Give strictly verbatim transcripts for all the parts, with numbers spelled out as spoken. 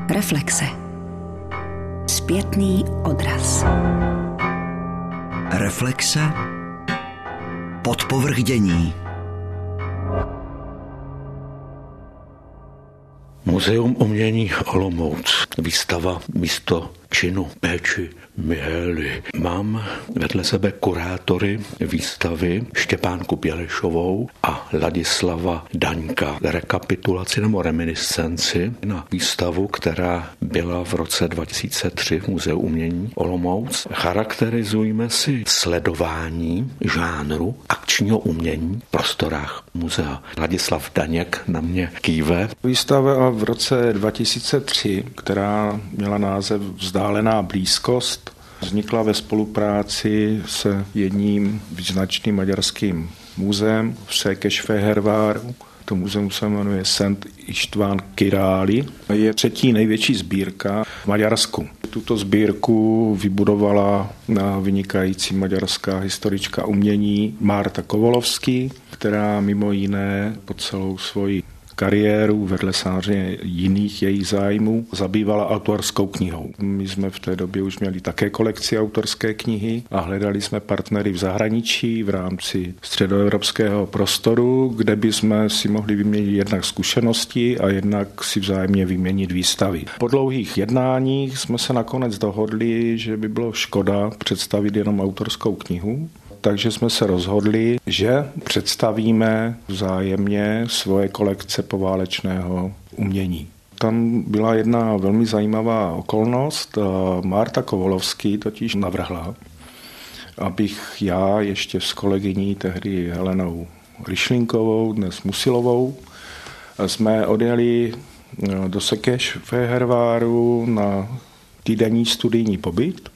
Reflexe. Zpětný odraz. Reflexe. Podpovrchdění. Muzeum umění Olomouc. Výstava Místo činu péči Mihély. Mám vedle sebe kurátory výstavy Štěpánku Bělešovou a Ladislava Daňka. Rekapitulaci nebo reminiscenci na výstavu, která byla v roce dva tisíce tři v Muzeu umění Olomouc. Charakterizujme si sledování žánru akčního umění v prostorách muzea. Ladislav Daněk na mě kýve. Výstava v roce dva tisíce tři, která měla název Vzdálená blízkost, vznikla ve spolupráci s jedním význačným maďarským muzeem v Székesfehérváru. To muzeum se jmenuje Szent István Király. Je třetí největší sbírka v Maďarsku. Tuto sbírku vybudovala vynikající maďarská historička umění Marta Kovolovský, která mimo jiné po celou svoji kariéru, vedle samozřejmě jiných jejich zájmů, zabývala autorskou knihou. My jsme v té době už měli také kolekci autorské knihy a hledali jsme partnery v zahraničí v rámci středoevropského prostoru, kde bychom si mohli vyměnit jednak zkušenosti a jednak si vzájemně vyměnit výstavy. Po dlouhých jednáních jsme se nakonec dohodli, že by bylo škoda představit jenom autorskou knihu. Takže jsme se rozhodli, že představíme vzájemně svoje kolekce poválečného umění. Tam byla jedna velmi zajímavá okolnost. Marta Kovolovský totiž navrhla, abych já ještě s kolegyní tehdy Helenou Ryšlinkovou, dnes Musilovou, jsme odjeli do Székesfehérváru na týdenní studijní pobyt.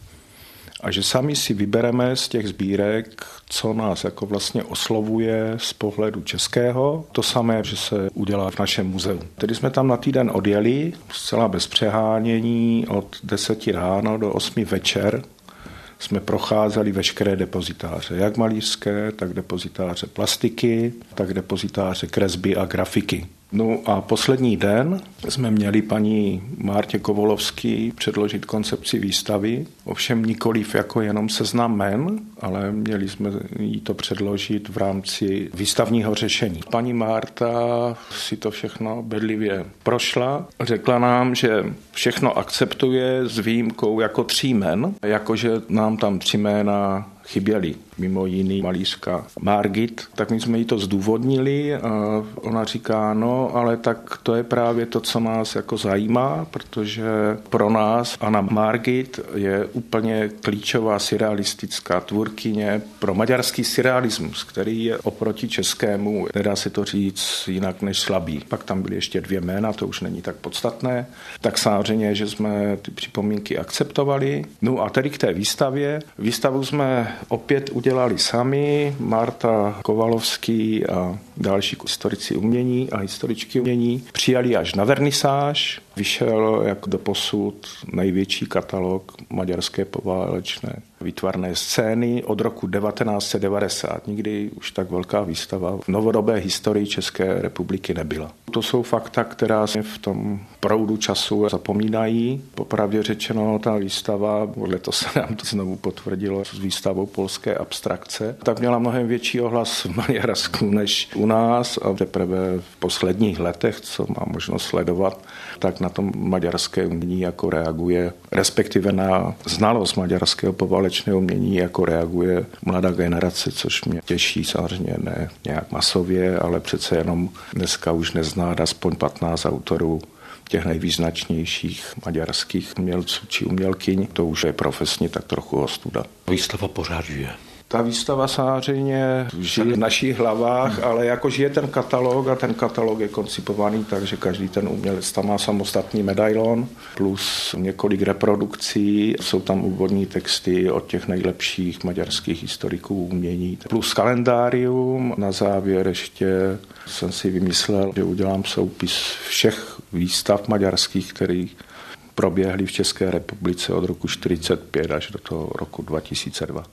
A že sami si vybereme z těch sbírek, co nás jako vlastně oslovuje z pohledu českého. To samé, že se udělá v našem muzeu. Tedy jsme tam na týden odjeli, zcela bez přehánění, od deseti ráno do osmi večer. Jsme procházeli veškeré depozitáře, jak malířské, tak depozitáře plastiky, tak depozitáře kresby a grafiky. No a poslední den jsme měli paní Martě Kovolovský předložit koncepci výstavy, ovšem nikoliv jako jenom seznam jmen, ale měli jsme jí to předložit v rámci výstavního řešení. Paní Marta si to všechno bedlivě prošla, řekla nám, že všechno akceptuje s výjimkou jako tří jmen, jakože nám tam tři jména chyběly, mimo jiný malířka Margit, tak my jsme jí to zdůvodnili a ona říká, no, ale tak to je právě to, co nás jako zajímá, protože pro nás Anna Margit je úplně klíčová surrealistická tvůrkyně pro maďarský surrealismus, který je oproti českému, nedá se to říct jinak než slabý. Pak tam byly ještě dvě jména, to už není tak podstatné. Tak samozřejmě, že jsme ty připomínky akceptovali. No a tedy k té výstavě. Výstavu jsme opět udělali sami, Marta Kovalovský a další historici umění a historičky umění. Přijali až na vernisáž, vyšel jako doposud největší katalog maďarské poválečné výtvarné scény od roku devatenáct set devadesát. Nikdy už tak velká výstava v novodobé historii České republiky nebyla. To jsou fakta, která se v tom proudu času zapomínají. Popravdě řečeno, ta výstava, podle to se nám to znovu potvrdilo s výstavou polské abstrakce, tak měla mnohem větší ohlas v Maďarsku než u nás a teprve v posledních letech, co mám možnost sledovat, tak na tom maďarské umění jako reaguje, respektive na znalost maďarského poválečného umění jako reaguje mladá generace, což mě těší, samozřejmě ne nějak masově, ale přece jenom dneska už nezná aspoň patnáct autorů těch nejvýznačnějších maďarských umělců či umělkyň. To už je profesně tak trochu ostuda. Výstava pořád žije. Ta výstava samozřejmě žije v našich hlavách, ale jakož je ten katalog a ten katalog je koncipovaný tak, že každý ten umělec tam má samostatný medailon plus několik reprodukcí. Jsou tam úvodní texty od těch nejlepších maďarských historiků umění. Plus kalendárium. Na závěr ještě jsem si vymyslel, že udělám soupis všech výstav maďarských, které proběhly v České republice od roku čtyřicet pět až do toho roku dva tisíce dva.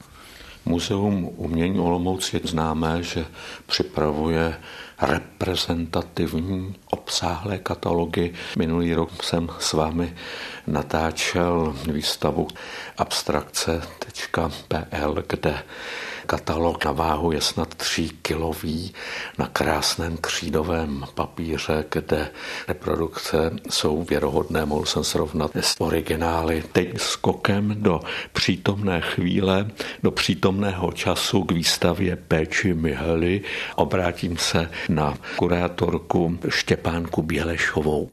Muzeum umění Olomouc je známé, že připravuje reprezentativní obsáhlé katalogy. Minulý rok jsem s vámi natáčel výstavu abstrakce tečka p l, kde katalog na váhu je snad tří kilový na krásném křídovém papíře, kde reprodukce jsou věrohodné, mohl jsem srovnat s originály. Teď skokem do přítomné chvíle, do přítomného času k výstavě Péči Mihaly obrátím se na kurátorku Štěpánku Bělešovou.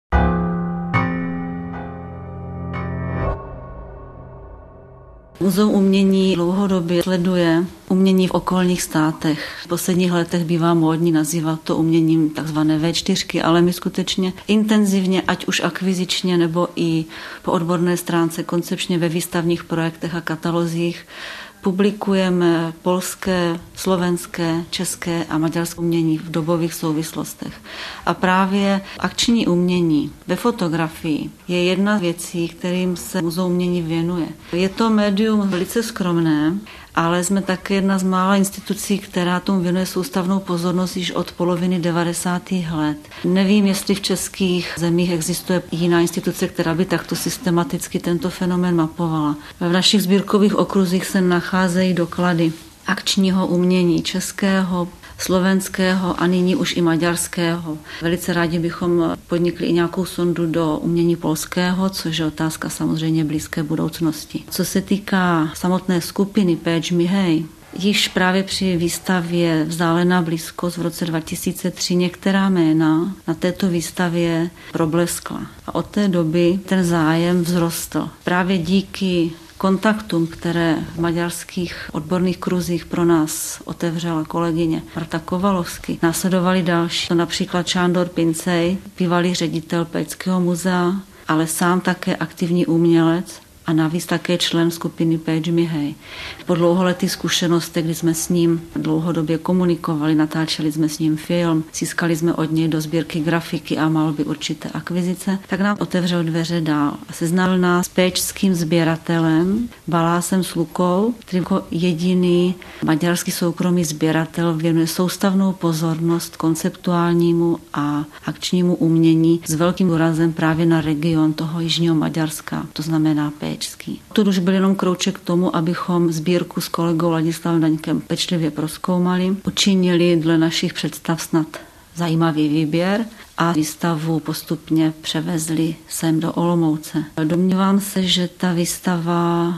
Muzeum umění dlouhodobě sleduje umění v okolních státech. V posledních letech bývá módní nazývat to uměním takzvané vé čtyřky, ale my skutečně intenzivně, ať už akvizičně nebo i po odborné stránce, koncepčně ve výstavních projektech a katalozích, publikujeme polské, slovenské, české a maďarské umění v dobových souvislostech. A právě akční umění ve fotografii je jedna z věcí, kterým se Muzeum umění věnuje. Je to médium velice skromné, ale jsme také jedna z mála institucí, která tomu věnuje soustavnou pozornost již od poloviny devadesátých let. Nevím, jestli v českých zemích existuje jiná instituce, která by takto systematicky tento fenomén mapovala. V našich sbírkových okruzích se nacházejí doklady akčního umění českého, slovenského a nyní už i maďarského. Velice rádi bychom podnikli i nějakou sondu do umění polského, což je otázka samozřejmě blízké budoucnosti. Co se týká samotné skupiny Pécs Mihály, již právě při výstavě Vzdálená blízkost v roce dva tisíce tři některá jména na této výstavě probleskla. A od té doby ten zájem vzrostl. Právě díky kontaktům, které v maďarských odborných kruzích pro nás otevřela kolegyně Marta Kovalovsky, následovali další. To například Sándor Pincej, bývalý ředitel Péckého muzea, ale sám také aktivní umělec a navíc také člen skupiny Pécs Mihály. Po dlouholetých zkušenostech, kdy jsme s ním dlouhodobě komunikovali, natáčeli jsme s ním film, získali jsme od něj do sbírky grafiky a malby určité akvizice, tak nám otevřel dveře dál a seznámil nás s péčským sběratelem Balásem Slukou, který jako jediný maďarský soukromý sběratel věnuje soustavnou pozornost konceptuálnímu a akčnímu umění s velkým důrazem právě na region toho jižního Maďarska, to znamená Pécs. To už byl jenom krouček k tomu, abychom sbírku s kolegou Ladislavem Daňkem pečlivě prozkoumali, učinili dle našich představ snad zajímavý výběr a výstavu postupně převezli sem do Olomouce. Domnívám se, že ta výstava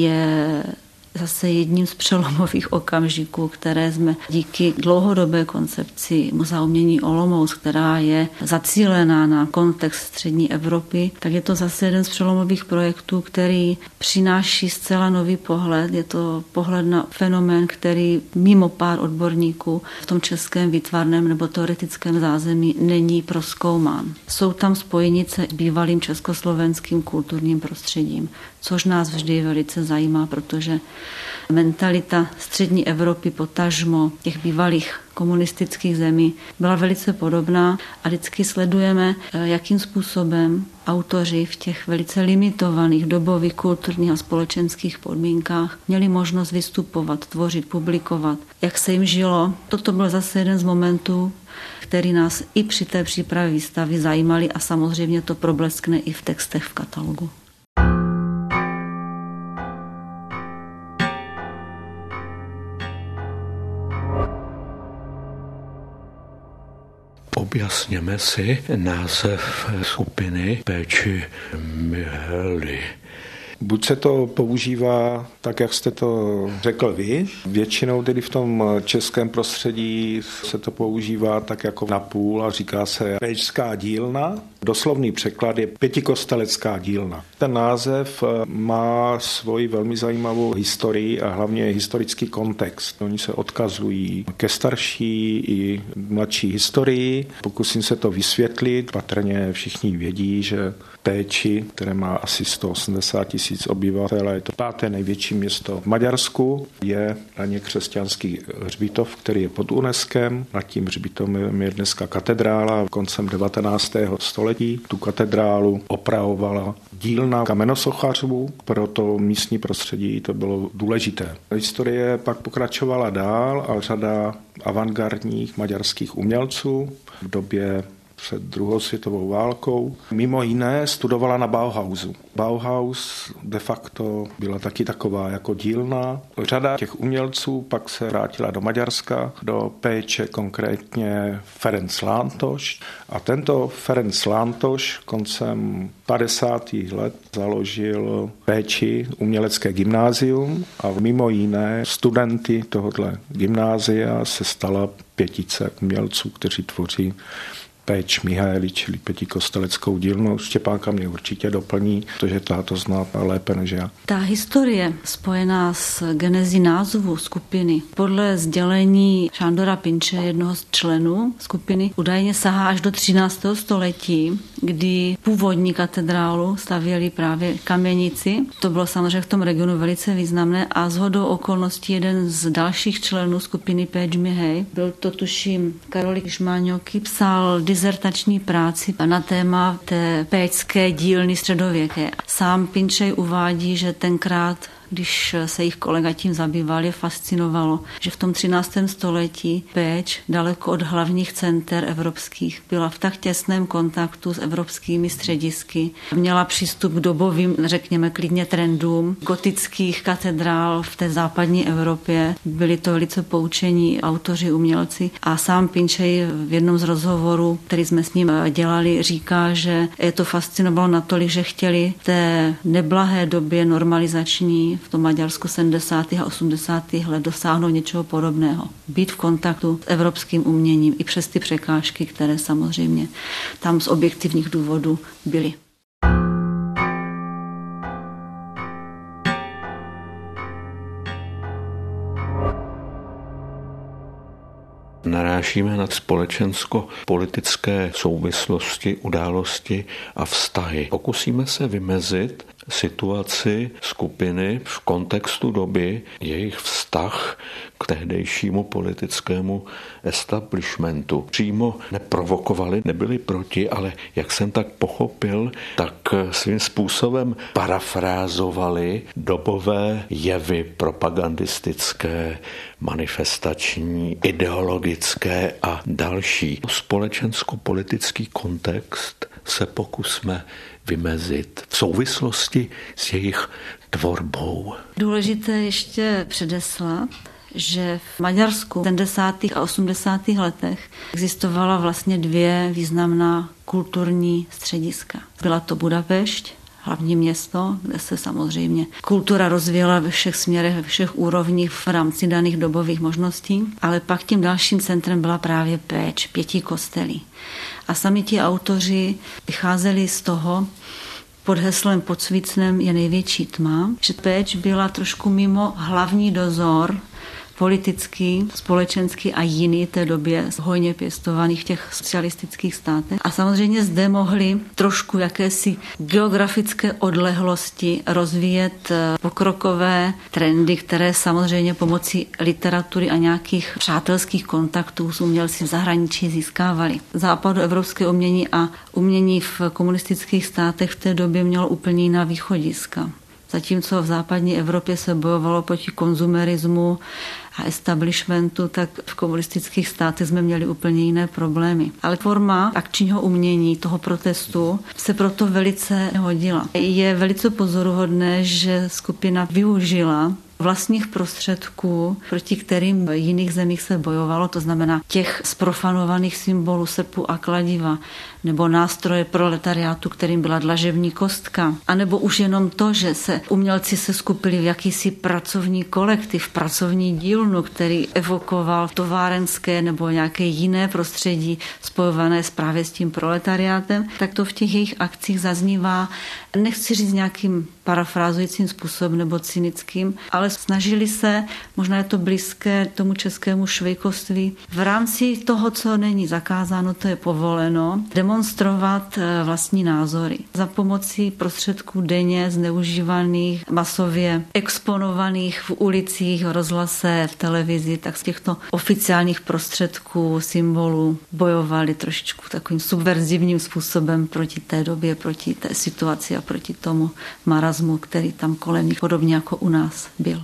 je zase jedním z přelomových okamžiků, které jsme díky dlouhodobé koncepci Muzea umění Olomouc, která je zacílená na kontext střední Evropy, tak je to zase jeden z přelomových projektů, který přináší zcela nový pohled. Je to pohled na fenomén, který mimo pár odborníků v tom českém výtvarném nebo teoretickém zázemí není prozkoumán. Jsou tam spojenice s bývalým československým kulturním prostředím, což nás vždy velice zajímá, protože mentalita střední Evropy, potažmo těch bývalých komunistických zemí, byla velice podobná a vždycky sledujeme, jakým způsobem autoři v těch velice limitovaných dobových kulturních a společenských podmínkách měli možnost vystupovat, tvořit, publikovat, jak se jim žilo. Toto byl zase jeden z momentů, který nás i při té přípravě výstavy zajímali a samozřejmě to probleskne i v textech v katalogu. Objasněme si název skupiny Péči Mihály. Buď se to používá tak, jak jste to řekl vy. Většinou tedy v tom českém prostředí se to používá tak jako napůl a říká se péčská dílna. Doslovný překlad je pětikostelecká dílna. Ten název má svoji velmi zajímavou historii a hlavně historický kontext. Oni se odkazují ke starší i mladší historii. Pokusím se to vysvětlit. Patrně všichni vědí, že Péči, které má asi sto osmdesát tisíc obyvatel, je to páté největší město v Maďarsku, je na ně křesťanský hřbitov, který je pod UNESCem. Nad tím hřbitovem je dneska katedrála. Koncem devatenáctého století tu katedrálu opravovala dílna kamenosochařů, pro to místní prostředí to bylo důležité. Historie pak pokračovala dál a řada avantgardních maďarských umělců v době před druhou světovou válkou. Mimo jiné studovala na Bauhausu. Bauhaus de facto byla taky taková jako dílna. Řada těch umělců pak se vrátila do Maďarska, do Péče, konkrétně Ferenc Lántos. A tento Ferenc Lántos koncem padesátých let založil Péči umělecké gymnázium a mimo jiné studenty tohoto gymnázia se stala pětice umělců, kteří tvoří Péč Mihály, čili pětikosteleckou dílnu. Štěpánka mě určitě doplní, protože ta to zná lépe než já. Ta historie spojená s genezí názvu skupiny podle sdělení Sándora Pinče, jednoho z členů skupiny, údajně sahá až do třináctého století, kdy původní katedrálu stavěli právě kamenici. To bylo samozřejmě v tom regionu velice významné a shodou okolností jeden z dalších členů skupiny Péč Mihály, byl to tuším Karolik Šmáňoky, psal dizertační práci na téma té péčské dílny středověké. Sám Pinčej uvádí, že tenkrát, když se jich kolega tím zabýval, je fascinovalo, že v tom třináctém století Péč, daleko od hlavních center evropských, byla v tak těsném kontaktu s evropskými středisky. Měla přístup k dobovým, řekněme klidně trendům gotických katedrál v té západní Evropě. Byli to velice poučení autoři, umělci. A sám Pinčej v jednom z rozhovorů, který jsme s ním dělali, říká, že je to fascinovalo natolik, že chtěli v té neblahé době normalizační v tom Maďarsku sedmdesátých a osmdesátých let dosáhnout něčeho podobného. Být v kontaktu s evropským uměním i přes ty překážky, které samozřejmě tam z objektivních důvodů byly. Narážíme na společensko-politické souvislosti, události a vztahy. Pokusíme se vymezit situaci skupiny v kontextu doby, jejich vztah k tehdejšímu politickému establishmentu. Přímo neprovokovali, nebyli proti, ale jak jsem tak pochopil, tak svým způsobem parafrázovali dobové jevy propagandistické, manifestační, ideologické a další. Společensko-politický kontext se pokusme vymezit v souvislosti s jejich tvorbou. Důležité ještě předeslat, že v Maďarsku v sedmdesátých a osmdesátých letech existovala vlastně dvě významná kulturní střediska. Byla to Budapešť, hlavní město, kde se samozřejmě kultura rozvíjela ve všech směrech, ve všech úrovních v rámci daných dobových možností, ale pak tím dalším centrem byla právě Péč, pěti kostelí. A sami ti autoři vycházeli z toho, pod heslem Pod Svícnem je největší tma, že Péč byla trošku mimo hlavní dozor politický, společenský a jiný té době hojně pěstovaných v těch socialistických státech. A samozřejmě zde mohli trošku jakési geografické odlehlosti rozvíjet pokrokové trendy, které samozřejmě pomocí literatury a nějakých přátelských kontaktů s umělci v zahraničí získávali. Západoevropské umění a umění v komunistických státech v té době mělo úplně jiná východiska. Zatímco v západní Evropě se bojovalo proti konzumerismu a establishmentu, tak v komunistických státech jsme měli úplně jiné problémy. Ale forma akčního umění, toho protestu, se proto velice hodila. Je velice pozoruhodné, že skupina využila vlastních prostředků, proti kterým v jiných zemích se bojovalo, to znamená těch zprofanovaných symbolů srpu a kladiva, nebo nástroje proletariátu, kterým byla dlažební kostka, anebo už jenom to, že se umělci se skupili v jakýsi pracovní kolektiv, pracovní dílnu, který evokoval továrenské nebo nějaké jiné prostředí spojované právě s tím proletariátem, tak to v těch jejich akcích zaznívá, nechci říct nějakým parafrázujícím způsobem nebo cynickým, ale snažili se, možná je to blízké tomu českému švejkovství, v rámci toho, co není zakázáno, to je povoleno, demonstrovat vlastní názory. Za pomocí prostředků denně zneužívaných, masově exponovaných v ulicích, v rozhlase, v televizi, tak z těchto oficiálních prostředků, symbolů bojovali trošičku takovým subverzivním způsobem proti té době, proti té situaci a proti tomu marazmu, který tam kolem nich podobně jako u nás byl.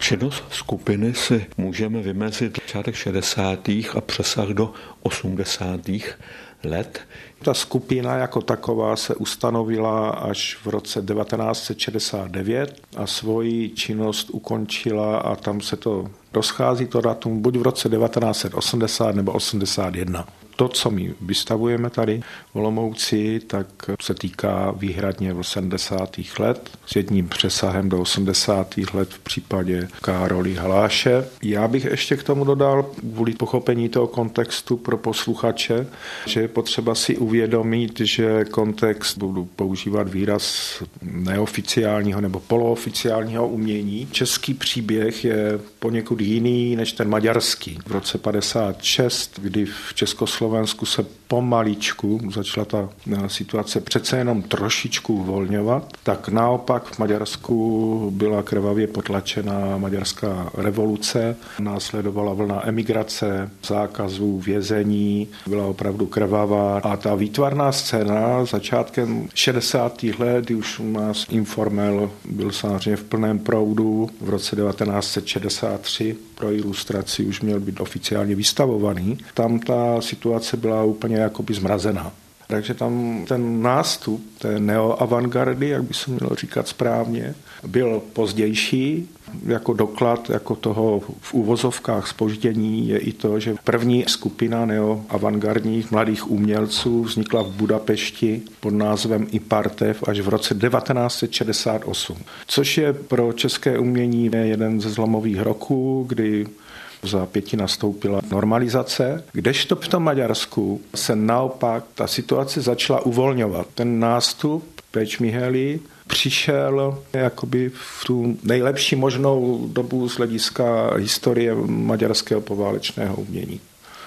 Činnost skupiny si můžeme vymezit začátek šedesátých a přesah do osmdesátých let. Ta skupina jako taková se ustanovila až v roce devatenáct set šedesát devět a svoji činnost ukončila, a tam se to rozchází to datum, buď v roce devatenáct set osmdesát nebo osmdesát jedna. To, co my vystavujeme tady v Olomouci, tak se týká výhradně v sedmdesátých let s jedním přesahem do osmdesátých let v případě Károly Haláše. Já bych ještě k tomu dodal, kvůli pochopení toho kontextu pro posluchače, že je potřeba si uvědomit, že kontext, budu používat výraz neoficiálního nebo polooficiálního umění. Český příběh je poněkud jiný než ten maďarský. V roce padesát šest, kdy v Československu Slovensku se pomaličku začala ta situace přece jenom trošičku uvolňovat, tak naopak v Maďarsku byla krvavě potlačena maďarská revoluce, následovala vlna emigrace, zákazů, vězení, byla opravdu krvavá a ta výtvarná scéna začátkem šedesátých let, kdy už u nás Informel byl samozřejmě v plném proudu, v roce devatenáct set šedesát tři pro ilustraci už měl být oficiálně vystavovaný, tam ta situace byla úplně jakoby zmrazená. Takže tam ten nástup té neoavantgardy, jak by se mělo říkat správně, byl pozdější. Jako doklad jako toho v úvozovkách zpoždění je i to, že první skupina neoavantgardních mladých umělců vznikla v Budapešti pod názvem Ipartev až v roce devatenáct set šedesát osm, což je pro české umění jeden ze zlomových roků, kdy za pěti nastoupila normalizace, kdežto v tom Maďarsku se naopak ta situace začala uvolňovat. Ten nástup Pécs Mihály přišel jakoby v tu nejlepší možnou dobu z hlediska historie maďarského poválečného umění.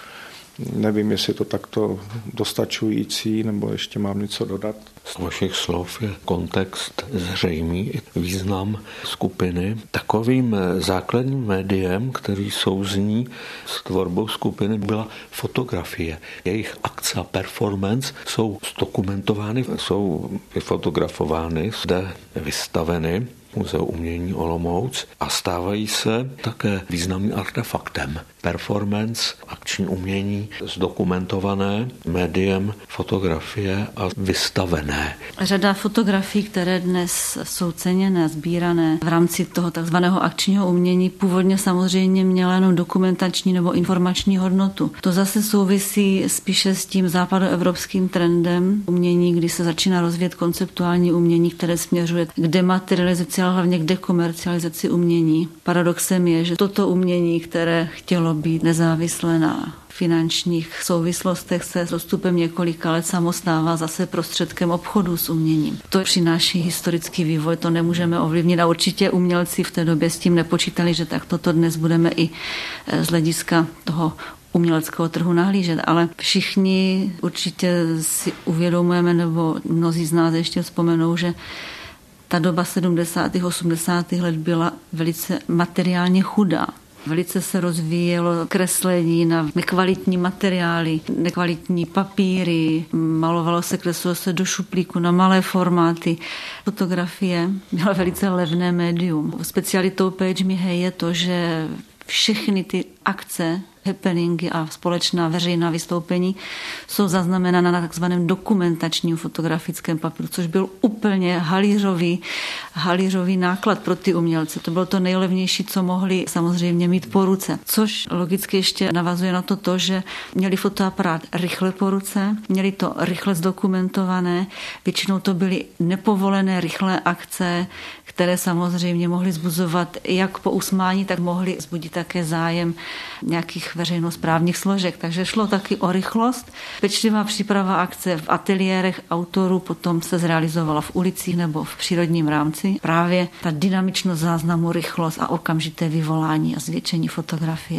Nevím, jestli je to takto dostačující, nebo ještě mám něco dodat. Z vašich slov je kontext zřejmý, význam skupiny. Takovým základním médiem, který souzní s tvorbou skupiny, byla fotografie. Jejich akce a performance jsou zdokumentovány, jsou vyfotografovány, zde vystaveny Muzeu umění Olomouc a stávají se také významným artefaktem. Performance, akční umění, zdokumentované médiem fotografie a vystavené. Řada fotografií, které dnes jsou ceněné, sbírané v rámci toho takzvaného akčního umění, původně samozřejmě měla jenom dokumentační nebo informační hodnotu. To zase souvisí spíše s tím západoevropským trendem umění, kdy se začíná rozvíjet konceptuální umění, které směřuje k dematerializaci, ale hlavně k dekomercializaci umění. Paradoxem je, že toto umění, které chtělo být nezávislé na finančních souvislostech, se s odstupem několika let samo stává zase prostředkem obchodu s uměním. To přináší historický vývoj, to nemůžeme ovlivnit a určitě umělci v té době s tím nepočítali, že takto to dnes budeme i z hlediska toho uměleckého trhu nahlížet, ale všichni určitě si uvědomujeme, nebo mnozí z nás ještě vzpomenou, že ta doba sedmdesátých osmdesátých let byla velice materiálně chudá. Velice se rozvíjelo kreslení na nekvalitní materiály, nekvalitní papíry, malovalo se, kreslilo se do šuplíku na malé formáty. Fotografie byla velice levné médium. Specialitou Pécs Mihály je to, že všechny ty akce, happeningy a společná veřejná vystoupení jsou zaznamenána na takzvaném dokumentačním fotografickém papíru, což byl úplně halířový, halířový náklad pro ty umělce. To bylo to nejlevnější, co mohli samozřejmě mít po ruce. Což logicky ještě navazuje na to, to že měli fotoaparát rychle po ruce, měli to rychle zdokumentované, většinou to byly nepovolené rychlé akce, které samozřejmě mohly zbuzovat jak po usmání, tak mohly zbudit také zájem nějakých veřejnosprávních složek. Takže šlo taky o rychlost. Pečlivá příprava akce v ateliérech autorů potom se zrealizovala v ulicích nebo v přírodním rámci. Právě ta dynamičnost záznamu, rychlost a okamžité vyvolání a zvětšení fotografie.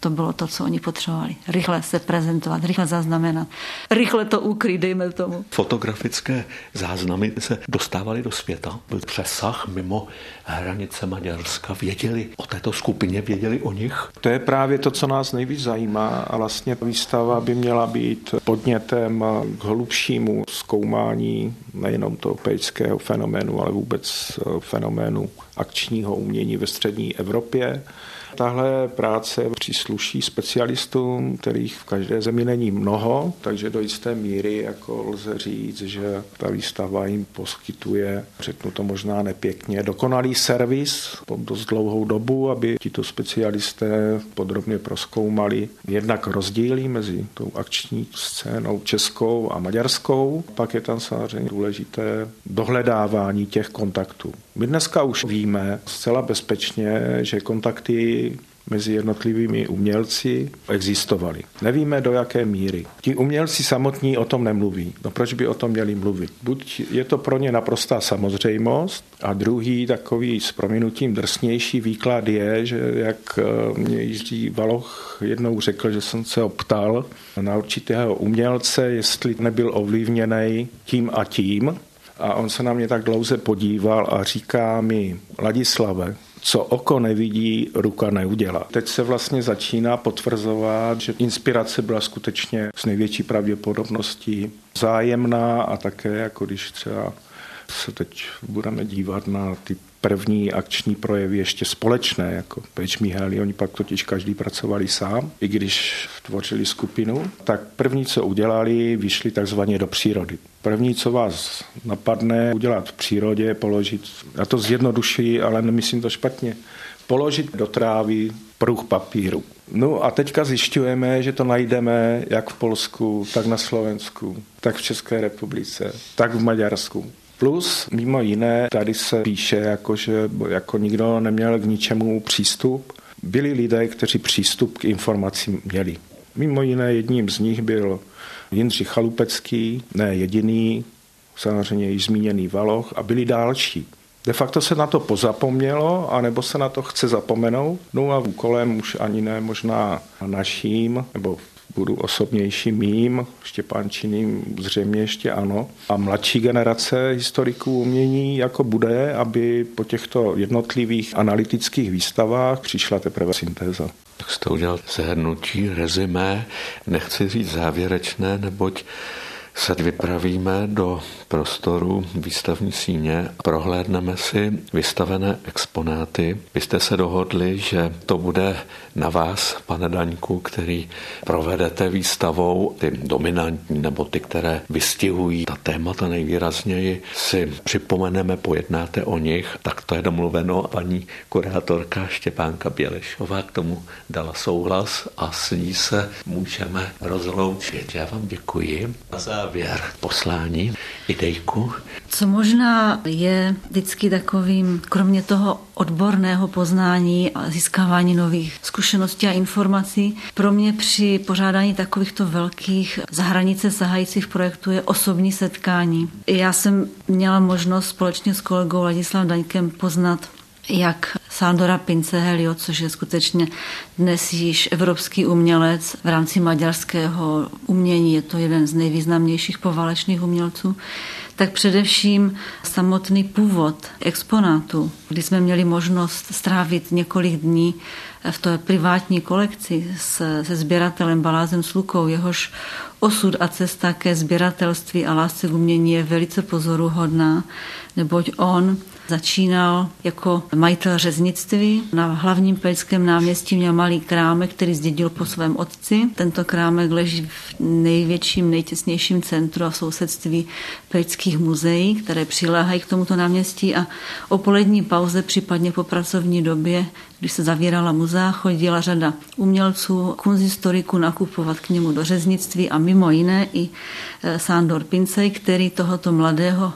To bylo to, co oni potřebovali. Rychle se prezentovat, rychle zaznamenat, rychle to ukryt, dejme tomu. Fotografické záznamy se dostávaly do světa. Byl přesah mimo hranice Maďarska. Věděli o této skupině, věděli o nich? To je právě to, co nás nejvíc zajímá a vlastně výstava by měla být podnětem k hlubšímu zkoumání nejenom toho péčského fenoménu, ale vůbec fenoménu akčního umění ve střední Evropě. Tahle práce přísluší specialistům, kterých v každé zemi není mnoho, takže do jisté míry jako lze říct, že ta výstava jim poskytuje, řeknu to možná nepěkně, dokonalý servis po dost dlouhou dobu, aby tito specialisté podrobně prozkoumali jednak rozdíly mezi tou akční scénou českou a maďarskou. Pak je tam samozřejmě důležité dohledávání těch kontaktů. My dneska už víme zcela bezpečně, že kontakty mezi jednotlivými umělci existovaly. Nevíme, do jaké míry. Ti umělci samotní o tom nemluví. No proč by o tom měli mluvit? Buď je to pro ně naprostá samozřejmost a druhý takový s prominutím drsnější výklad je, že jak mě Jiří Valoch jednou řekl, že jsem se optal na určitého umělce, jestli nebyl ovlivněný tím a tím. A on se na mě tak dlouze podíval a říká mi: Ladislave, co oko nevidí, ruka neudělá. Teď se vlastně začíná potvrzovat, že inspirace byla skutečně s největší pravděpodobností vzájemná a také, jako když třeba se teď budeme dívat na ty první akční projevy ještě společné, jako Péč Mihály, oni pak totiž každý pracovali sám, i když tvořili skupinu, tak první, co udělali, vyšli takzvaně do přírody. První, co vás napadne udělat v přírodě, položit, já to zjednodušuji, ale nemyslím to špatně, položit do trávy pruh papíru. No a teďka zjišťujeme, že to najdeme jak v Polsku, tak na Slovensku, tak v České republice, tak v Maďarsku. Plus, mimo jiné, tady se píše, jako, že jako nikdo neměl k ničemu přístup. Byli lidé, kteří přístup k informacím měli. Mimo jiné jedním z nich byl Jindřich Chalupecký, ne jediný, samozřejmě již zmíněný Valoch, a byli další. De facto se na to pozapomnělo, anebo se na to chce zapomenout. No a úkolem už ani ne možná naším, nebo budu osobnější mým, Štěpánčiným zřejmě ještě ano. A mladší generace historiků umění jako bude, aby po těchto jednotlivých analytických výstavách přišla teprve syntéza. Tak jste udělal shrnutí, rezimé, nechci říct závěrečné, neboť se vypravíme do prostoru výstavní síně a prohlédneme si vystavené exponáty. Vy jste se dohodli, že to bude na vás, pane Daňku, který provedete výstavou ty dominantní nebo ty, které vystihují ta témata nejvýrazněji, si připomeneme, pojednáte o nich, tak to je domluveno. Paní kurátorka Štěpánka Bělešová k tomu dala souhlas a s ní se můžeme rozloučit. Já vám děkuji. Na závěr poslání, idejku. Co možná je vždycky takovým, kromě toho odborného poznání a získávání nových zkušeností a informací, pro mě při pořádání takovýchto velkých za hranice sahajících projektů je osobní setkání. Já jsem měla možnost společně s kolegou Ladislavem Daňkem poznat jak Sándora Pincehelio, což je skutečně dnes již evropský umělec v rámci maďarského umění, je to jeden z nejvýznamnějších poválečných umělců, tak především samotný původ exponátu, kdy jsme měli možnost strávit několik dní v té privátní kolekci se, se sběratelem Balázem Slukou, jehož osud a cesta ke sběratelství a lásce k umění je velice pozoruhodná, neboť on začínal jako majitel řeznictví. Na hlavním Peľském náměstí měl malý krámek, který zdědil po svém otci. Tento krámek leží v největším, nejtěsnějším centru a v sousedství peľských muzeí, které přiléhají k tomuto náměstí, a o polední pauze, případně po pracovní době, když se zavírala muzea, chodila řada umělců, kunsthistoriků nakupovat k němu do řeznictví a mimo jiné i Sándor Pincej, který tohoto mladého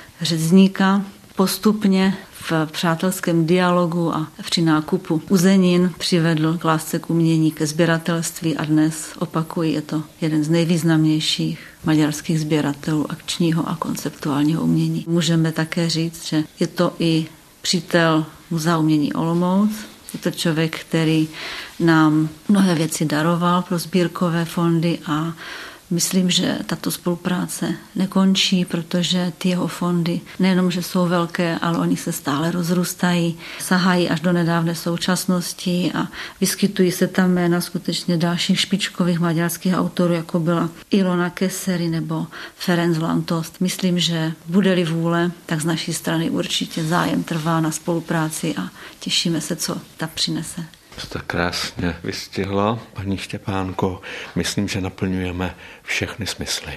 řezníka postupně v přátelském dialogu a při nákupu uzenin přivedl k lásce k umění, ke sběratelství a dnes, opakuji, je to jeden z nejvýznamnějších maďarských sběratelů akčního a konceptuálního umění. Můžeme také říct, že je to i přítel Muzea umění Olomouc, Je to člověk, který nám mnohé věci daroval pro sbírkové fondy a myslím, že tato spolupráce nekončí, protože ty jeho fondy nejenom, že jsou velké, ale oni se stále rozrůstají, sahají až do nedávné současnosti a vyskytují se tam jména skutečně dalších špičkových maďarských autorů, jako byla Ilona Kesery nebo Ferenc Lantost. Myslím, že bude-li vůle, tak z naší strany určitě zájem trvá na spolupráci a těšíme se, co ta přinese. Jste krásně vystihla, paní Štěpánko. Myslím, že naplňujeme všechny smysly.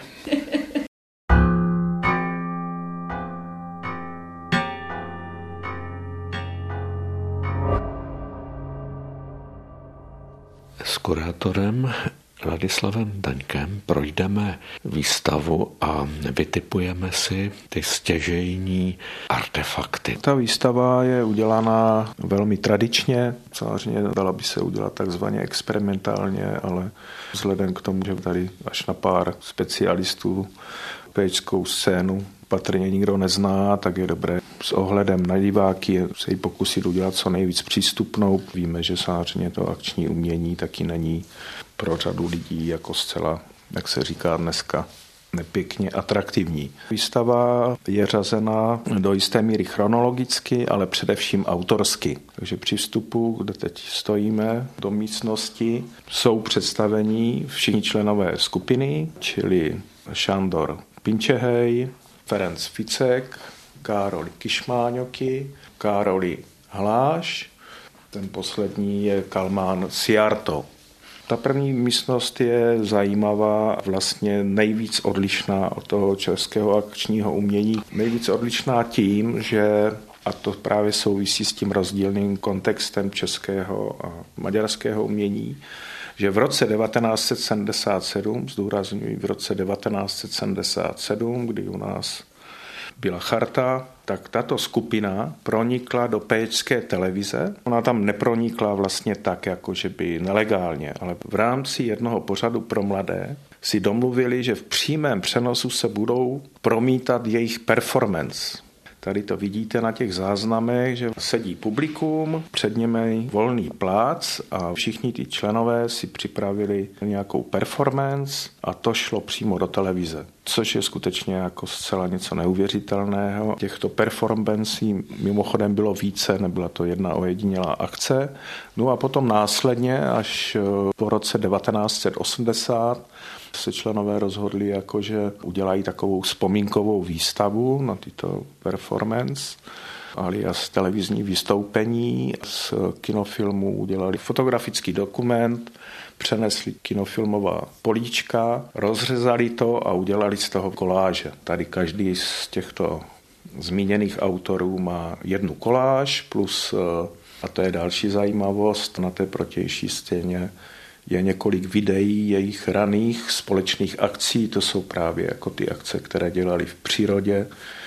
S kurátorem Ladislavem Daňkem projdeme výstavu a vytipujeme si ty stěžejní artefakty. Ta výstava je udělaná velmi tradičně, samozřejmě dala by se udělat takzvaně experimentálně, ale vzhledem k tomu, že tady až na pár specialistů péčskou scénu patrně nikdo nezná, tak je dobré s ohledem na diváky se ji pokusit udělat co nejvíc přístupnou. Víme, že samozřejmě to akční umění taky není pro řadu lidí jako zcela, jak se říká dneska, nepěkně atraktivní. Výstava je řazena do jisté míry chronologicky, ale především autorsky. Takže při vstupu, kde teď stojíme do místnosti, jsou představení všichni členové skupiny, čili Šandor Pinčehej, Ferenc Ficek, Károly Kišmáňoky, Károly Hláš, ten poslední je Kalmán Sjarto. Ta první místnost je zajímavá, vlastně nejvíc odlišná od toho českého akčního umění. Nejvíc odlišná tím, že, a to právě souvisí s tím rozdílným kontextem českého a maďarského umění, že v roce devatenáct set sedmdesát sedm, zdůrazňuji v roce devatenáct set sedmdesát sedm, kdy u nás byla charta, tak tato skupina pronikla do péčské televize. Ona tam nepronikla vlastně tak, jako že by nelegálně, ale v rámci jednoho pořadu pro mladé si domluvili, že v přímém přenosu se budou promítat jejich performance. Tady to vidíte na těch záznamech, že sedí publikum, před nimi volný plác a všichni ty členové si připravili nějakou performance a to šlo přímo do televize, což je skutečně jako zcela něco neuvěřitelného. Těchto performancí mimochodem bylo více, nebyla to jedna ojedinělá akce. No a potom následně až po roce devatenáct set osmdesát se členové rozhodli, jako, že udělají takovou vzpomínkovou výstavu na tyto performance, alias televizní vystoupení. Z kinofilmu udělali fotografický dokument, přenesli kinofilmová políčka, rozřezali to a udělali z toho koláže. Tady každý z těchto zmíněných autorů má jednu koláž, plus, a to je další zajímavost, na té protější stěně je několik videí jejich raných společných akcí, to jsou právě jako ty akce, které dělali v přírodě,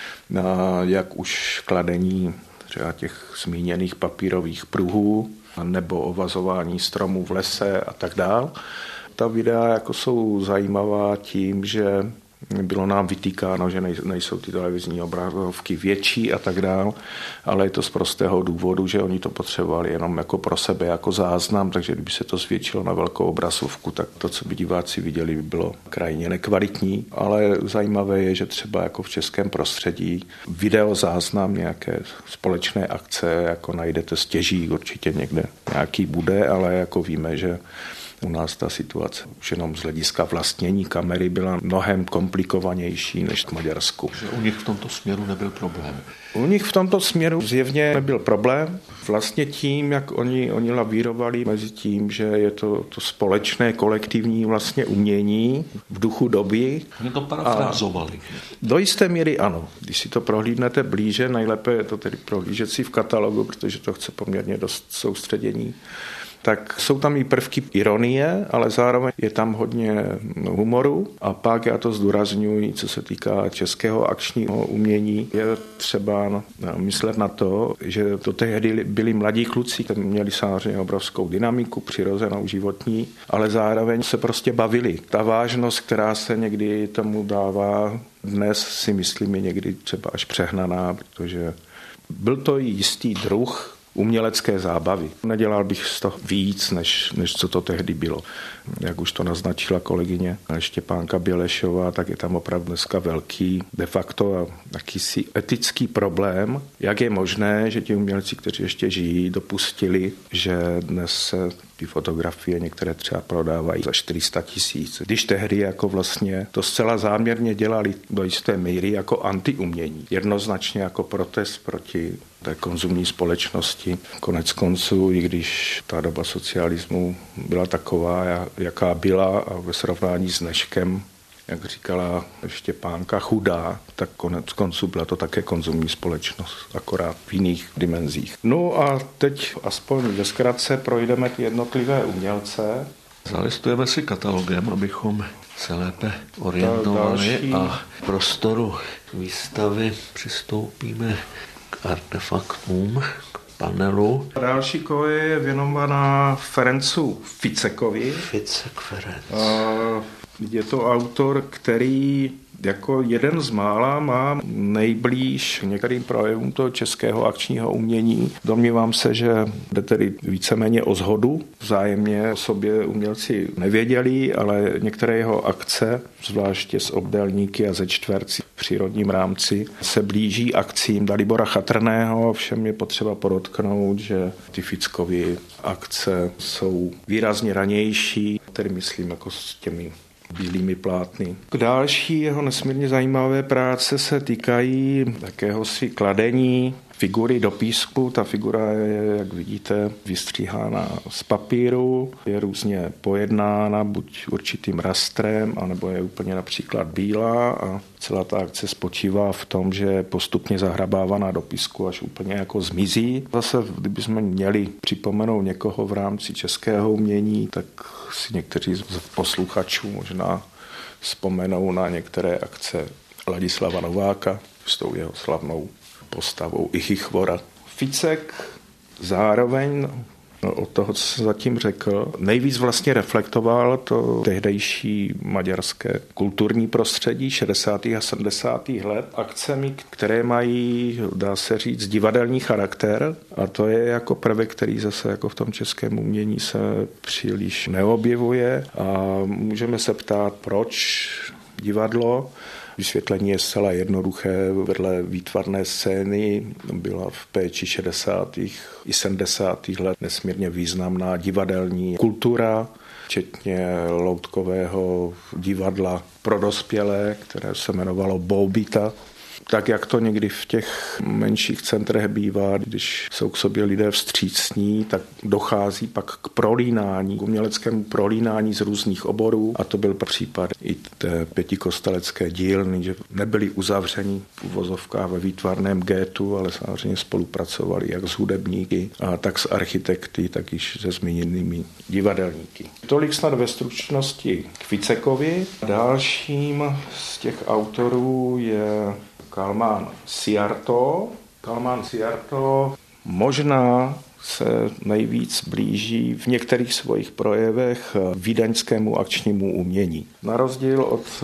jak už kladení třeba těch zmíněných papírových pruhů, nebo ovazování stromů v lese a tak dál. Ta videa jako jsou zajímavá tím, že bylo nám vytýkáno, že nejsou ty televizní obrazovky větší a tak dál, ale je to z prostého důvodu, že oni to potřebovali jenom jako pro sebe, jako záznam, takže kdyby se to zvětšilo na velkou obrazovku, tak to, co by diváci viděli, by bylo krajně nekvalitní, ale zajímavé je, že třeba jako v českém prostředí videozáznam nějaké společné akce, jako najdete stěží, určitě někde nějaký bude, ale jako víme, že u nás ta situace už jenom z hlediska vlastnění kamery byla mnohem komplikovanější než v Maďarsku. Že u nich v tomto směru nebyl problém. U nich v tomto směru zjevně nebyl problém. Vlastně tím, jak oni, oni lavírovali mezi tím, že je to, to společné kolektivní vlastně umění v duchu doby. Oni to parafrázovali. Do jisté míry ano. Když si to prohlídnete blíže, nejlépe je to tedy prohlížet si v katalogu, protože to chce poměrně dost soustředění. Tak jsou tam i prvky ironie, ale zároveň je tam hodně humoru. A pak já to zdůrazňuji, co se týká českého akčního umění, je třeba myslet na to, že to tehdy byli mladí kluci, kteří měli samozřejmě obrovskou dynamiku, přirozenou životní, ale zároveň se prostě bavili. Ta vážnost, která se někdy tomu dává, dnes si myslím je někdy třeba až přehnaná, protože byl to i jistý druh umělecké zábavy. Nedělal bych z toho víc, než, než co to tehdy bylo. Jak už to naznačila kolegyně Štěpánka Bělešová, tak je tam opravdu dneska velký de facto jakýsi etický problém. Jak je možné, že ti umělci, kteří ještě žijí, dopustili, že dnes se ty fotografie některé třeba prodávají za čtyři sta tisíc. Když tehdy jako vlastně to zcela záměrně dělali do jisté míry jako antiumění. Jednoznačně jako protest proti té konzumní společnosti. Konec konců, i když ta doba socialismu byla taková, jaká byla a ve srovnání s dneškem, jak říkala Štěpánka, chudá, tak konec konců byla to také konzumní společnost, akorát v jiných dimenzích. No a teď aspoň ve zkratce projdeme ty jednotlivé umělce. Zalistujeme si katalogem, abychom se lépe orientovali další... a v prostoru výstavy přistoupíme k artefaktům, k panelu. Další koje je věnovaná Ferencu Ficekovi. Ficek Ferenc. Je to autor, který jako jeden z mála má nejblíž některým projevům toho českého akčního umění. Domnívám se, že jde tedy víceméně o shodu. Vzájemně o sobě umělci nevěděli, ale některé jeho akce, zvláště s obdélníky a ze čtverci v přírodním rámci, se blíží akcím Dalibora Chatrného. Všem je potřeba podotknout, že ty Fickovy akce jsou výrazně ranější, tedy myslím jako s těmi bílými plátny. Další jeho nesmírně zajímavé práce se týkají jakéhosi kladení figury do písku. Ta figura je, jak vidíte, vystříhána z papíru, je různě pojednána buď určitým rastrem, anebo je úplně například bílá a celá ta akce spočívá v tom, že je postupně zahrabávaná do písku, až úplně jako zmizí. Zase, kdybychom měli připomenout někoho v rámci českého umění, tak si někteří z posluchačů možná vzpomenou na některé akce Ladislava Nováka s tou jeho slavnou postavou Ichychvora. Ficek zároveň no, od toho, co jsem zatím řekl, nejvíc vlastně reflektoval to tehdejší maďarské kulturní prostředí šedesátých a sedmdesátých let akcemi, které mají, dá se říct, divadelní charakter a to je jako prvek, který zase jako v tom českém umění se příliš neobjevuje a můžeme se ptát, proč divadlo. Vysvětlení je zcela jednoduché. Vedle výtvarné scény byla v péči šedesátých i sedmdesátých let nesmírně významná divadelní kultura, včetně loutkového divadla pro dospělé, které se jmenovalo Boubita. Tak jak to někdy v těch menších centrech bývá, když jsou k sobě lidé vstřícní, tak dochází pak k prolínání, k uměleckému prolínání z různých oborů. A to byl případ i té pětikostelecké dílny, že nebyli uzavřeni v uvozovkách ve výtvarném gétu, ale samozřejmě spolupracovali jak s hudebníky, a tak s architekty, tak již se zmíněnými divadelníky. Tolik snad ve stručnosti k Ficekovi. Dalším z těch autorů je Kalmán Sziarto. Kalmán Sziarto možná se nejvíc blíží v některých svých projevech vídeňskému akčnímu umění. Na rozdíl od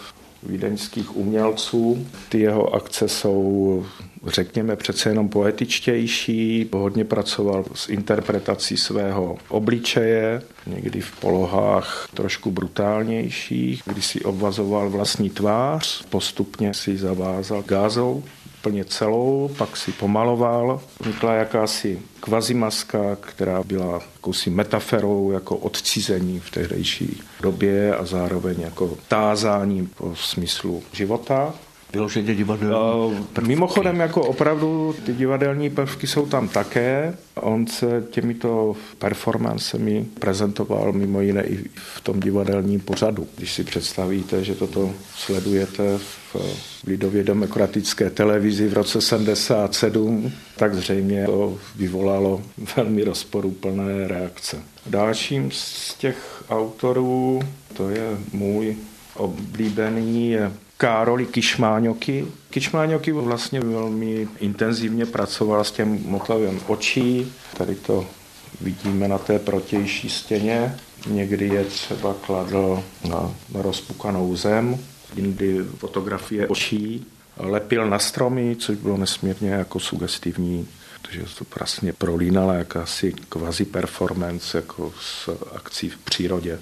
vídeňských umělců, ty jeho akce jsou, řekněme, přece jenom poetičtější. Hodně pracoval s interpretací svého obličeje, někdy v polohách trošku brutálnějších, kdy si obvazoval vlastní tvář, postupně si zavázal gázou plně celou, pak si pomaloval. Vznikla jakási kvazimaska, která byla jakousi metaforou jako odcizení v tehdejší době a zároveň jako tázání po smyslu života. Vyloženě divadelní prvky. Mimochodem, jako opravdu ty divadelní prvky jsou tam také. On se těmito performancemi prezentoval mimo jiné i v tom divadelním pořadu. Když si představíte, že toto sledujete v lidově demokratické televizi v roce sedmdesát sedm, tak zřejmě to vyvolalo velmi rozporuplné reakce. Dalším z těch autorů, to je můj oblíbený, je Károly Kišmáňoky. Kišmáňoky vlastně velmi intenzivně pracoval s tím motivem očí. Tady to vidíme na té protější stěně. Někdy je třeba kladl na, na rozpukanou zem, jindy fotografie očí. Lepil na stromy, což bylo nesmírně jako sugestivní protože to vlastně prolínala jakási kvazi performance jako s akcí v přírodě.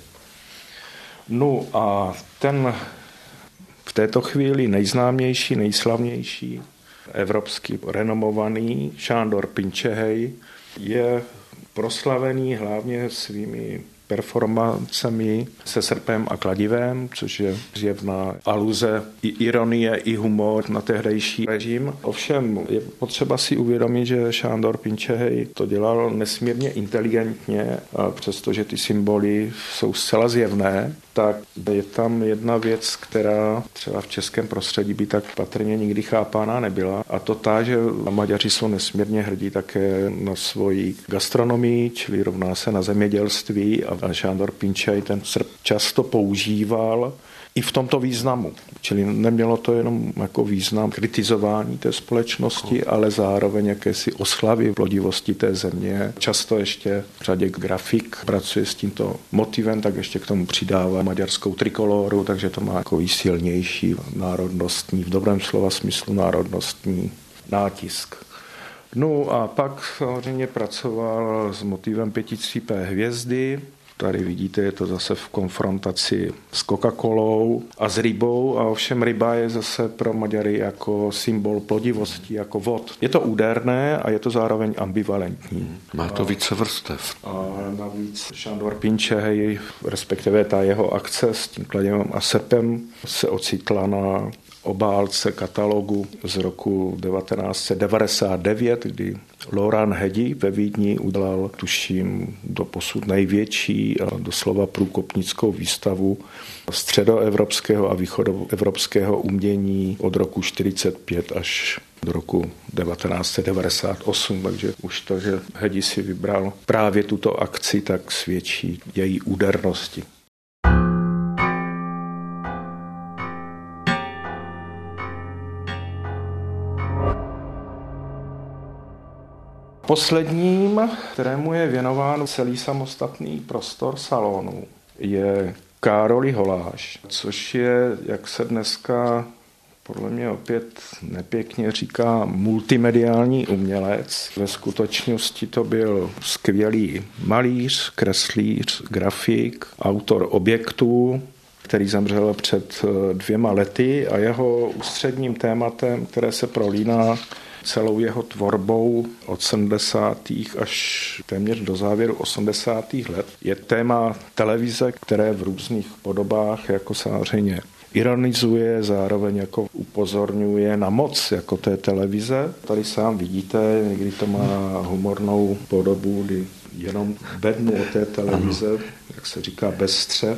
No a ten v této chvíli nejznámější, nejslavnější evropský renomovaný Sándor Pinčehej je proslavený hlavně svými performancemi se srpem a kladivem, což je zjevná aluze, i ironie, i humor na tehdejší režim. Ovšem je potřeba si uvědomit, že Sándor Pinčehej to dělal nesmírně inteligentně, a přestože ty symboly jsou zcela zjevné, tak je tam jedna věc, která třeba v českém prostředí by tak patrně nikdy chápána nebyla. A to ta, že Maďaři jsou nesmírně hrdí také na svoji gastronomii, čili rovná se na zemědělství, a Sándor Pinčehej ten srp často používal i v tomto významu. Čili nemělo to jenom jako význam kritizování té společnosti, ale zároveň jakési oslavy plodivosti té země. Často ještě v řadě grafik pracuje s tímto motivem, tak ještě k tomu přidává maďarskou trikoloru, takže to má jako silnější národnostní, v dobrém slova smyslu národnostní nátisk. No a pak samozřejmě pracoval s motivem pěticípé hvězdy. Tady vidíte, je to zase v konfrontaci s Coca-Colou a s rybou, a ovšem ryba je zase pro Maďary jako symbol plodivosti, jako vod. Je to úderné a je to zároveň ambivalentní. Má to více vrstev. A navíc Sándor Pinčehej, respektive ta jeho akce s tím kladivem a srpem, se ocitla na obálce katalogu z roku devatenáct set devadesát devět, kdy Loran Hedi ve Vídni udělal, tuším, doposud největší a doslova průkopnickou výstavu středoevropského a východoevropského umění od roku čtyřicet pět až do roku devatenáct set devadesát osm, takže už to, že Hedi si vybral právě tuto akci, tak svědčí její údernosti. Posledním, kterému je věnován celý samostatný prostor salonu, je Károly Holáš, což je, jak se dneska podle mě opět nepěkně říká, multimediální umělec. Ve skutečnosti to byl skvělý malíř, kreslíř, grafik, autor objektů, který zemřel před dvěma lety, a jeho ústředním tématem, které se prolíná celou jeho tvorbou od sedmdesátých až téměř do závěru osmdesátých let, je téma televize, které v různých podobách jako samozřejmě ironizuje, zároveň jako upozorňuje na moc jako té televize. Tady sám vidíte, někdy to má humornou podobu, kdy jenom bednu o té televize, jak se říká, bez střev,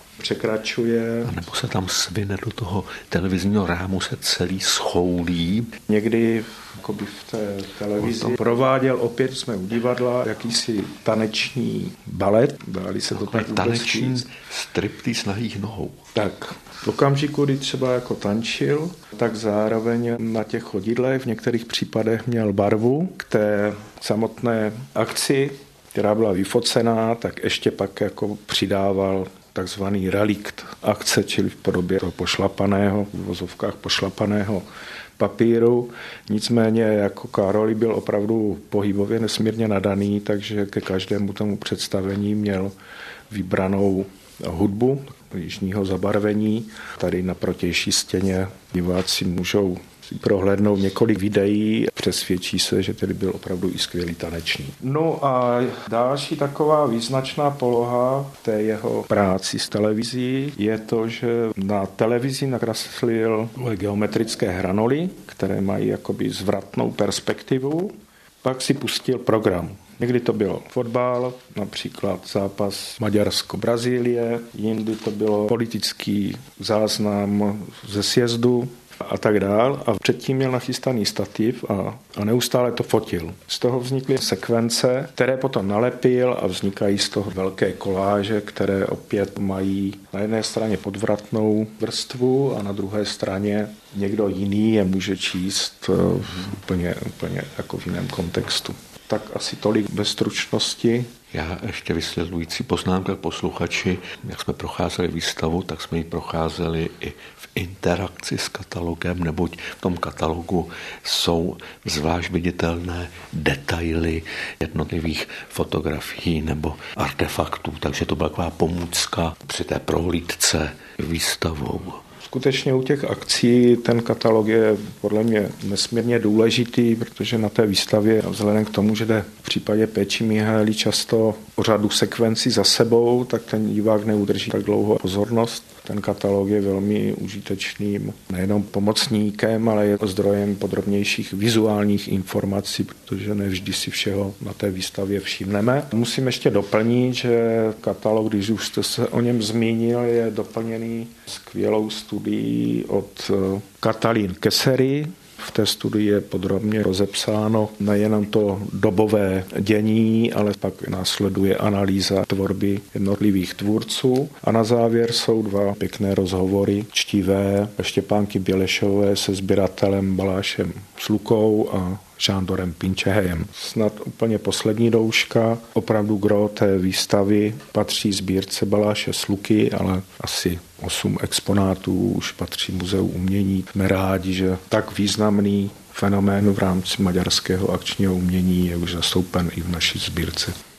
překračuje. A nebo se tam svine do toho televizního rámu, se celý schoulí. Někdy jakoby v té televizi prováděl, opět jsme u divadla, jakýsi taneční balet, dali se to tak taneční striptease nahých nohou. Tak, v okamžiku, kdy třeba jako tančil, tak zároveň na těch chodidlech v některých případech měl barvu k té samotné akci, která byla vyfocená, tak ještě pak jako přidával takzvaný relikt akce, čili v podobě toho pošlapaného, v vozovkách pošlapaného papíru. Nicméně jako Károly byl opravdu pohybově nesmírně nadaný, takže ke každému tomu představení měl vybranou hudbu jižního zabarvení. Tady na protější stěně diváci můžou si prohlédnout několik videí, přesvědčí se, že tedy byl opravdu i skvělý tanečník. No a další taková význačná poloha té jeho práci s televizí je to, že na televizi nakreslil geometrické hranoly, které mají jakoby zvratnou perspektivu. Pak si pustil program. Někdy to bylo fotbal, například zápas Maďarsko-Brazílie, jindy to bylo politický záznam ze sjezdu a tak dál. A předtím měl nachystaný stativ a, a neustále to fotil. Z toho vznikly sekvence, které potom nalepil a vznikají z toho velké koláže, které opět mají na jedné straně podvratnou vrstvu a na druhé straně někdo jiný je může číst úplně, úplně jako v jiném kontextu. Tak asi tolik ve stručnosti. Já ještě vysvětlující poznámka k posluchači. Jak jsme procházeli výstavu, tak jsme ji procházeli i v interakci s katalogem, neboť v tom katalogu jsou zvlášť viditelné detaily jednotlivých fotografií nebo artefaktů, takže to byla taková pomůcka při té prohlídce výstavou. Skutečně u těch akcí ten katalog je podle mě nesmírně důležitý, protože na té výstavě, vzhledem k tomu, že jde v případě Péči Mihaely často o řadu sekvencí za sebou, tak ten divák neudrží tak dlouho pozornost. Ten katalog je velmi užitečným nejenom pomocníkem, ale je zdrojem podrobnějších vizuálních informací, protože nevždy si všeho na té výstavě všimneme. Musím ještě doplnit, že katalog, když už jste se o něm zmínil, je doplněný skvělou studií od Katalin Kesery. V té studii je podrobně rozepsáno nejenom to dobové dění, ale pak následuje analýza tvorby jednotlivých tvůrců. A na závěr jsou dva pěkné rozhovory čtivé Štěpánky Bělešové se sběratelem Balášem Slukou a Šándorem Pinčehejem. Snad úplně poslední douška, opravdu gro té výstavy patří sbírce Baláše Sluky, ale asi osm exponátů už patří Muzeu umění. Jsme rádi, že tak významný fenomén v rámci maďarského akčního umění je už zastoupen i v naší sbírce.